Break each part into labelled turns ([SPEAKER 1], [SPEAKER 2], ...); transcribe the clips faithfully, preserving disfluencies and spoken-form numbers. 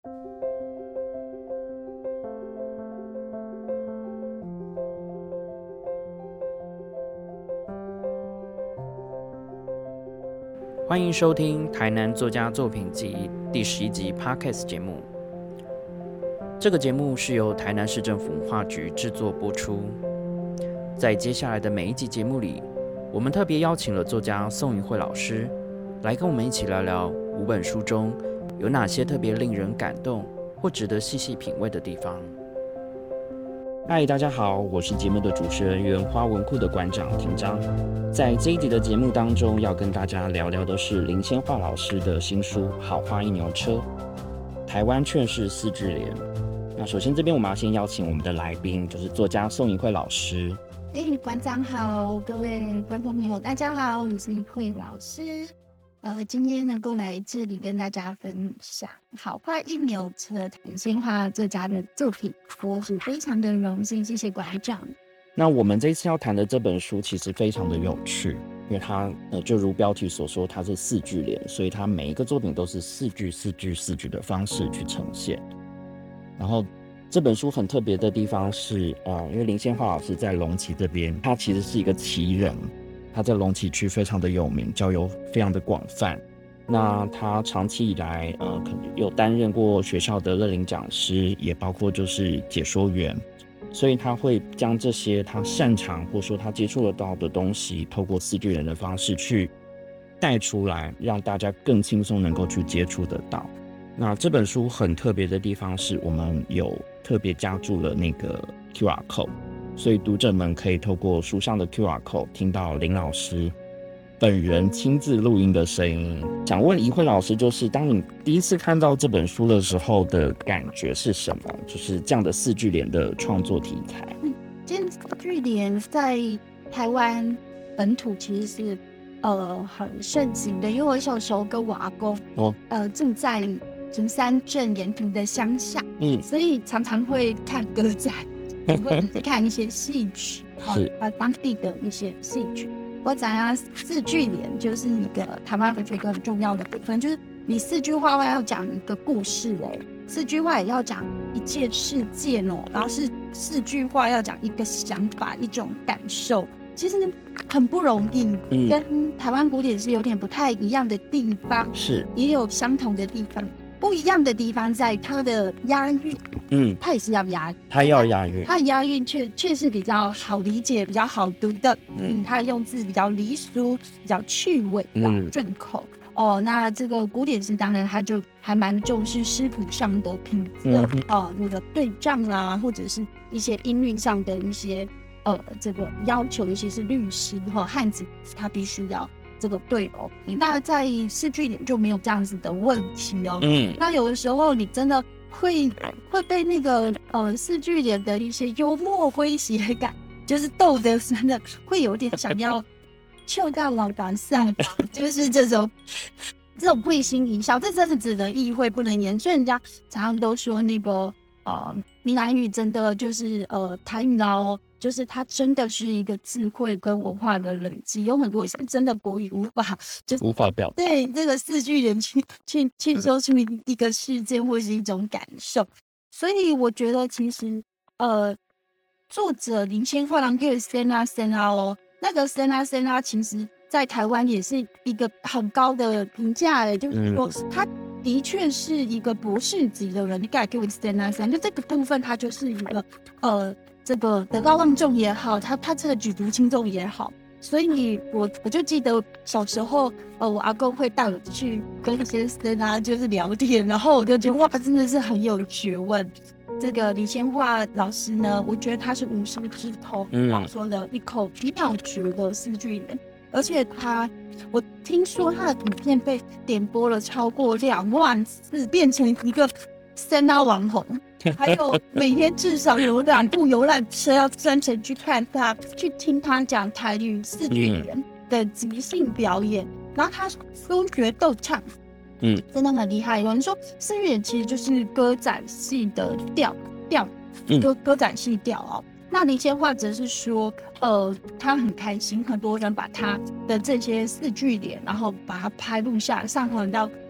[SPEAKER 1] 欢迎收听台南作家作品集第十一集 Podcast 节目。这个节目是由台南市政府文化局制作播出。在接下来的每一集节目里，我们特别邀请了作家宋云慧老师来跟我们一起聊聊五本书中有哪些特别令人感动或值得细细品味的地方。嗨，大家好，我是节目的主持人原花文库的馆长庭章。在这一集的节目当中，要跟大家聊聊的是林千桦老师的新书《好话一牛车》，台湾劝世四句联。那首先这边我们要先邀请我们的来宾，就是作家宋云慧老师。
[SPEAKER 2] 哎，馆长好，各位观众朋友，大家好，我是云慧老师。呃，今天能够来这里跟大家分享《好话一牛车》林千桦作家的作品，我是非常的荣幸，谢谢馆长。
[SPEAKER 1] 那我们这次要谈的这本书其实非常的有趣，因为它呃就如标题所说，它是四句联，所以它每一个作品都是四句、四句、四句的方式去呈现。然后这本书很特别的地方是，呃，因为林千桦老师在龙崎这边，他其实是一个奇人。他在龙崎区非常的有名，交友非常的广泛。那他长期以来，呃，可能有担任过学校的乐龄讲师，也包括就是解说员，所以他会将这些他擅长或说他接触得到的东西，透过四句联的方式去带出来，让大家更轻松能够去接触得到。那这本书很特别的地方是，我们有特别加注了那个 Q R code。所以读者们可以透过书上的 Q R code 听到林老师本人亲自录音的声音。想问宜慧老师，就是当你第一次看到这本书的时候的感觉是什么？就是这样的四句联的创作题材。
[SPEAKER 2] 嗯，这四句联在台湾本土其实是呃很盛行的，因为我小时候跟我阿公哦呃住在竹山镇延平的乡下，嗯，所以常常会看歌仔。或者是看一些戏曲，是啊，当地的一些戏曲。我讲下四句联，就是一个台湾文学一个很重要的部分，就是你四句话要讲一个故事哦，四句话也要讲一件事件哦，然后是四句话要讲一个想法、一种感受，其实很不容易，嗯、跟台湾古典是有点不太一样的地方，是也有相同的地方。不一样的地方在它的押韵，嗯，它也是要押韵，
[SPEAKER 1] 它要押韵，
[SPEAKER 2] 它的押韵确确实比较好理解，比较好读的，嗯，它的用字比较离俗，比较趣味，比较顺口。嗯、哦，那这个古典诗当然它就还蛮重视诗谱上的品质，嗯、哦，那个对仗啊，或者是一些音韵上的一些呃这个要求，尤其是律诗和汉字，它必须要。这个对哦，那在四句联就没有这样子的问题哦。嗯，那有的时候你真的会会被那个呃四句联的一些幽默诙谐感，就是逗得真的会有点想要笑到老板上，就是这种这种会心一笑，这真的只能意会不能言。所以人家常常都说那个呃闽南语真的就是呃台语哦。就是它真的是一个智慧跟文化的累积，有很多是真的国语无法，就是
[SPEAKER 1] 无法表达。
[SPEAKER 2] 对这个四句人去去去说出一个事件或是一种感受，所以我觉得其实呃，作者林千桦郎给森拉森拉哦，那个森拉森拉其实在台湾也是一个很高的评价诶，就是说他的确是一个博士级的人，你敢给我森拉森，就这个部分他就是一个呃。这个德高望重也好，他他这个举足轻重也好，所以我我就记得小时候，呃，我阿公会带我去跟先生啊，就是聊天，然后我就觉得哇，真的是很有学问。这个李千桦老师呢，我觉得他是无师自通，嗯，说了一口一秒诀的四句联，而且他，我听说他的影片被点播了超过两万次，变成一个三大网红。还有每天至少有两部游览车要专程去看他，去听他讲台语四句联的即兴表演，然后他说学逗唱，嗯，真的很厉害。有人说四句联其实就是歌仔戏的调调，歌歌仔戏调哦。那林千桦则是说，呃，他很开心，很多人把他的这些四句联，然后把它拍录下来，上传到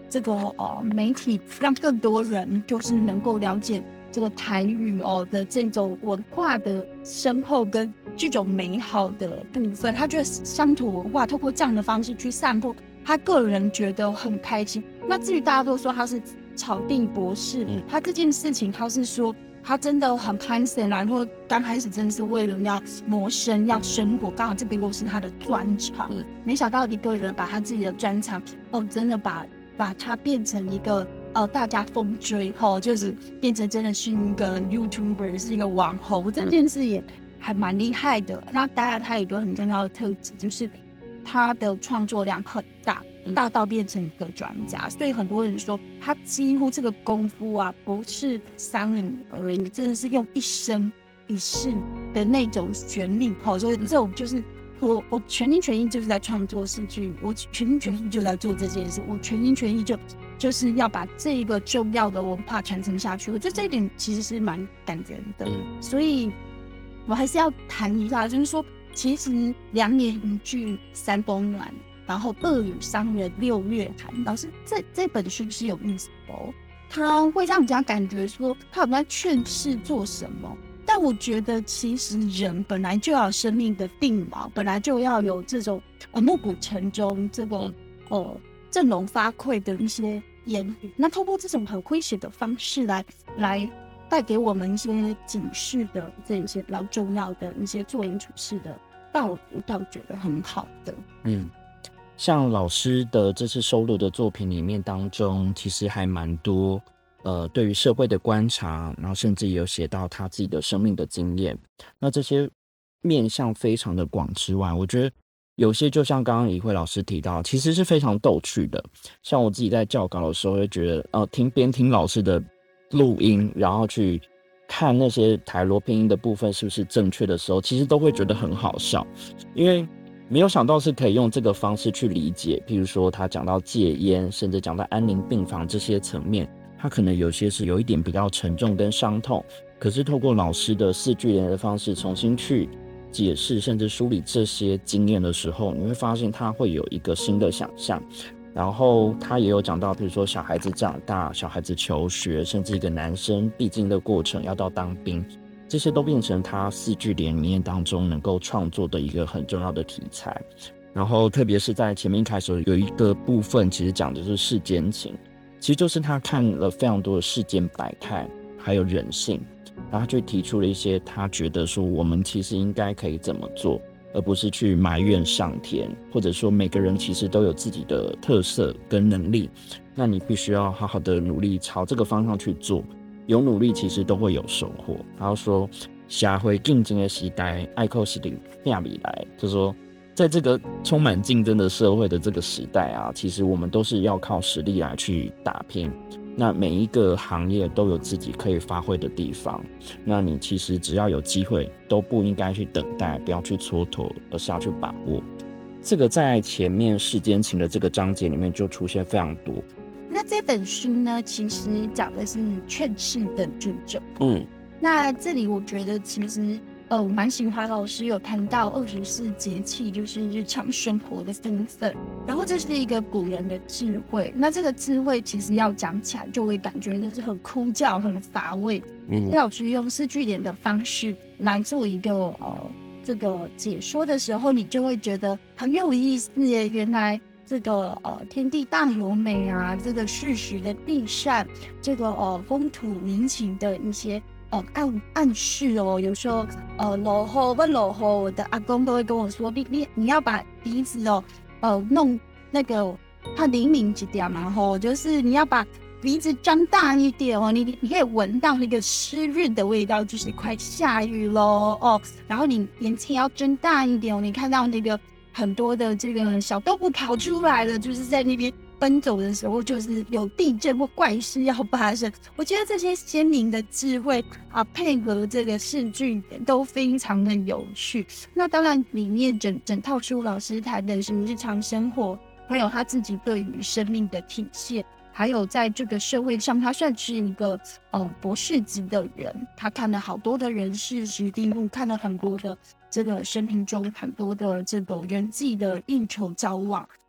[SPEAKER 2] 这个呃媒体，让更多人就是能够了解这个台语哦的这种文化的深厚跟这种美好的部分。他觉得乡土文化透过这样的方式去散播，他个人觉得很开心。那至于大家都说他是草地博士，
[SPEAKER 1] 嗯
[SPEAKER 2] 他这件事情他是说他真的很攀森，然后刚开始真的是为了要谋生要生活，刚好这个又是他的专长，
[SPEAKER 1] 嗯
[SPEAKER 2] 没想到一个人把他自己的专长哦，真的把把它变成一个呃大家风追哦，就是变成真的是一个 YouTuber， 是一个网红，这件事也还蛮厉害的。那当然他有一个很重要的特质，就是他的创作量很大，大到变成一个专家，所以很多人说他几乎这个功夫啊，不是商人而已，真的是用一生一世的那种旋律，好，所以这种就是我我全心全意就是在创作戏剧，我全心全意就在做这件事，我全心全意就就是要把这一个重要的文化传承下去。我觉得这一点其实是蛮感人的，
[SPEAKER 1] 嗯
[SPEAKER 2] 所以我还是要谈一下，就是说，其实两年一剧三冬暖，然后恶语伤人六月寒。老师，这这本书是有意思哦，它会让人家感觉说他好像在劝世做什么。但我觉得，其实人本来就要有生命的定锚，本来就要有这种呃暮鼓晨钟、这种呃振聋发聩的一些言语。那透过这种很诙谐的方式来来带给我们一些警示的这一些比较重要的一些做人处事的道理，我倒觉得很好的。
[SPEAKER 1] 嗯，像老师的这次收录的作品里面当中，其实还蛮多呃对于社会的观察，然后甚至也有写到他自己的生命的经验。那这些面向非常的广之外，我觉得有些就像刚刚怡慧老师提到，其实是非常逗趣的。像我自己在校稿的时候，会觉得呃听边听老师的录音，然后去看那些台罗拼音的部分是不是正确的时候，其实都会觉得很好笑，因为没有想到是可以用这个方式去理解。譬如说他讲到戒烟，甚至讲到安宁病房这些层面，他可能有些是有一点比较沉重跟伤痛，可是透过老师的四句联的方式重新去解释甚至梳理这些经验的时候，你会发现他会有一个新的想象。然后他也有讲到，比如说小孩子长大，小孩子求学，甚至一个男生必经的过程要到当兵，这些都变成他四句联里面当中能够创作的一个很重要的题材。然后特别是在前面开始有一个部分，其实讲的是世间情，其实就是他看了非常多的世间百态，还有人性，然后他就提出了一些他觉得说我们其实应该可以怎么做，而不是去埋怨上天，或者说每个人其实都有自己的特色跟能力，那你必须要好好的努力朝这个方向去做，有努力其实都会有收获。然后说社会竞争的时代，爱靠实力拼未来，就是说在这个充满竞争的社会的这个时代啊，其实我们都是要靠实力来去打拼。那每一个行业都有自己可以发挥的地方，那你其实只要有机会，都不应该去等待，不要去蹉跎，而是要去把握。这个在前面世间情的这个章节里面就出现非常多。
[SPEAKER 2] 那这本书呢，其实讲的是劝世的这种。
[SPEAKER 1] 嗯，
[SPEAKER 2] 那这里我觉得其实呃，我蛮喜欢老师有谈到二十四节气，就是日常生活的身份，然后这是一个古人的智慧。那这个智慧其实要讲起来，就会感觉就是很枯燥、很乏味。嗯，老师用四句联的方式来做一个呃这个解说的时候，你就会觉得很有意思耶。原来这个呃天地大有美啊，这个世时的地善，这个呃风土民情的一些。呃，暗暗示哦，有时候呃，落雨不落雨，我的阿公都会跟我说，你你你要把鼻子哦，呃，弄那个它灵敏一点嘛，吼，就是你要把鼻子张大一点哦，你你可以闻到那个湿润的味道，就是快下雨咯哦，然后你眼睛要睁大一点哦，你看到那个很多的这个小动物跑出来了，就是在那边。奔走的时候，就是有地震或怪事要发生。我觉得这些鲜明的智慧啊，配合这个视句都非常的有趣。那当然，里面整整套书老师谈的是日常生活，还有他自己对于生命的体现，还有在这个社会上，他算是一个呃博士级的人，他看了好多的人事实地物，看了很多的这个生命中很多的这个人际的应酬交往。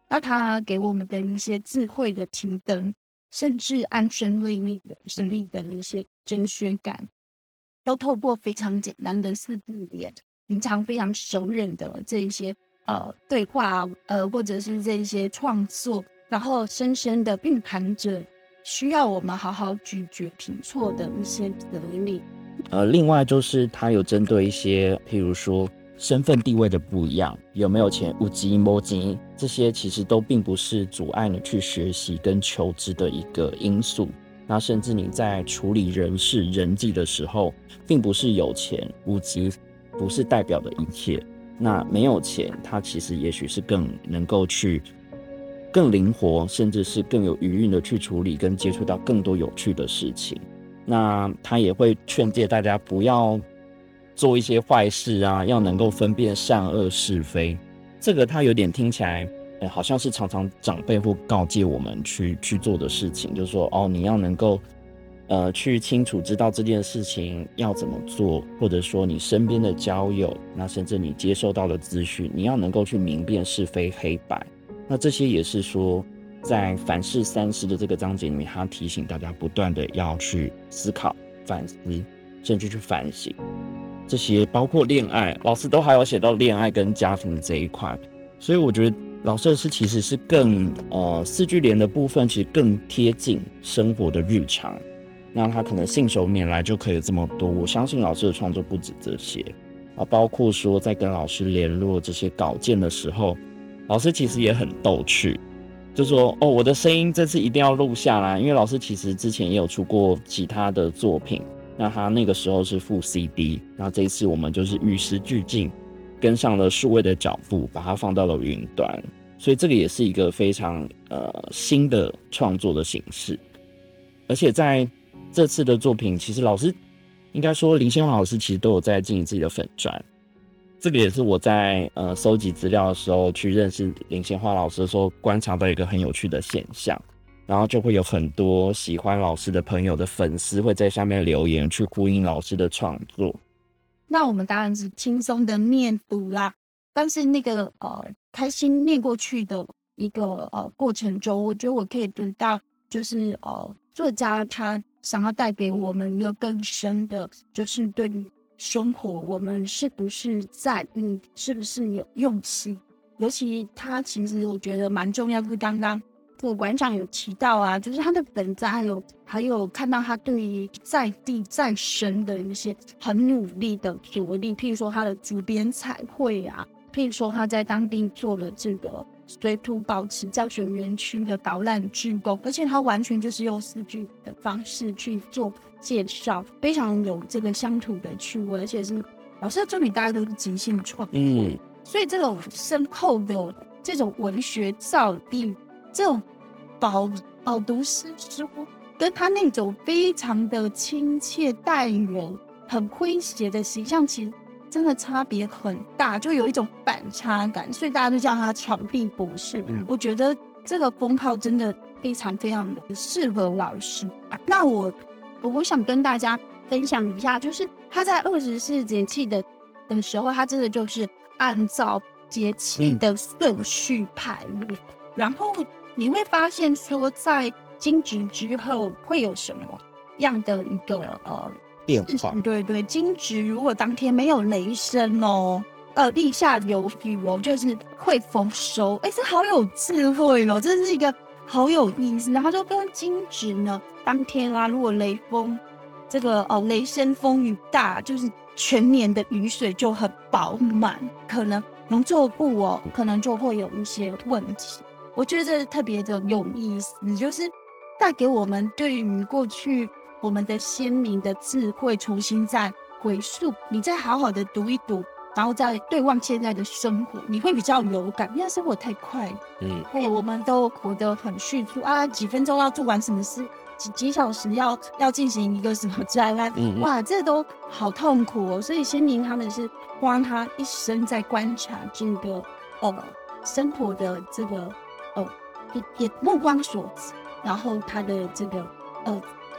[SPEAKER 2] 那他给我们的一些智慧的提灯，甚至安身立命的实力的一些哲学感，都透过非常简单的四字联，平常非常熟稔的这一些呃对话，呃或者是这一些创作，然后深深的蕴含着需要我们好好咀嚼品错的一些哲理。
[SPEAKER 1] 呃，另外就是他有针对一些，譬如说身份地位的不一样，有没有钱、有钱没钱，这些其实都并不是阻碍你去学习跟求知的一个因素。那甚至你在处理人事人际的时候，并不是有钱无钱不是代表的一切。那没有钱，它其实也许是更能够去更灵活，甚至是更有余韵的去处理跟接触到更多有趣的事情。那他也会劝诫大家不要做一些坏事啊，要能够分辨善恶是非。这个他有点听起来、欸、好像是常常长辈或告诫我们去去做的事情，就是说哦，你要能够呃去清楚知道这件事情要怎么做，或者说你身边的交友，那甚至你接受到的资讯，你要能够去明辨是非黑白。那这些也是说在凡事三思的这个章节里面，他提醒大家不断的要去思考、反思，甚至去反省。这些包括恋爱，老师都还有写到恋爱跟家庭这一块，所以我觉得老师的诗其实是更呃四句联的部分，其实更贴近生活的日常。那他可能信手拈来就可以这么多，我相信老师的创作不止这些啊，包括说在跟老师联络这些稿件的时候，老师其实也很逗趣。就说哦，我的声音这次一定要录下来，因为老师其实之前也有出过其他的作品，那他那个时候是附 C D， 那这一次我们就是与时俱进，跟上了数位的脚步，把它放到了云端，所以这个也是一个非常呃新的创作的形式。而且在这次的作品，其实老师应该说林先华老师其实都有在经营自己的粉专。这个也是我在呃收集资料的时候去认识林贤花老师的时候观察到一个很有趣的现象，然后就会有很多喜欢老师的朋友的粉丝会在下面留言去呼应老师的创作。
[SPEAKER 2] 那我们当然是轻松的念读啦，但是那个呃开心念过去的一个呃过程中，我觉得我可以读到就是呃作家他想要带给我们一个更深的，就是对于生活我们是不是在意，是不是有用心。尤其他其实我觉得蛮重要，就是刚刚这个馆长有提到啊，就是他的本子还有还有看到他对于在地在生的一些很努力的着力，譬如说他的竹编彩绘啊，譬如说他在当地做了这个水土保持教学园区的导览志工，而且他完全就是用四句的方式去做介绍，非常有这个乡土的趣味，而且是老师的作品大家都是即兴创作、嗯、所以这种深厚的这种文学造诣，这种饱饱读诗书，跟他那种非常的亲切待人、很诙谐的形象，其实真的差别很大，就有一种反差感，所以大家都叫他长臂博士、嗯、我觉得这个封号真的非常非常的适合老师。那我我想跟大家分享一下，就是他在二十四节气的的时候，他真的就是按照节气的顺序排列、嗯、然后你会发现说在惊蛰之后会有什么样的一个呃
[SPEAKER 1] 变化。
[SPEAKER 2] 对对，惊蛰如果当天没有雷声哦，呃，立夏有雨哦，就是会丰收。哎，这好有智慧哦，这是一个好有意思。然后就跟惊蛰呢，当天啊，如果雷锋这个哦雷声风雨大，就是全年的雨水就很饱满，可能农作物哦，可能就会有一些问题。我觉得这特别的有意思，就是带给我们对于过去我们的先民的智慧重新再回溯，你再好好的读一读，然后再对望现在的生活，你会比较有感。因为生活太快，嗯，我们都活得很迅速啊，几分钟要做完什么事，几几小时要要进行一个什么专案，嗯，哇，这都好痛苦哦。所以先民他们是花他一生在观察这个呃生活的这个呃也也目光所及，然后他的这个呃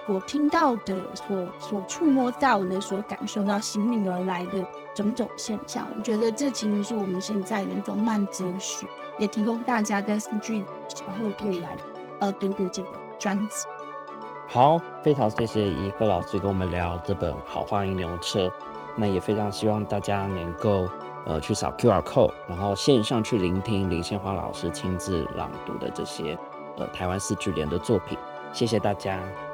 [SPEAKER 2] 所听到的、所所触摸到的、所感受到心灵而来的种种现象。我觉得这其实是我们现在的一种慢哲学，也提供大家在四句时候可以来呃读读这个专辑。
[SPEAKER 1] 好，非常谢谢怡和老师跟我们聊这本《好话银牛车》，那也非常希望大家能够呃去扫 Q R code， 然后线上去聆听林宪华老师亲自朗读的这些呃台湾四句联的作品。谢谢大家。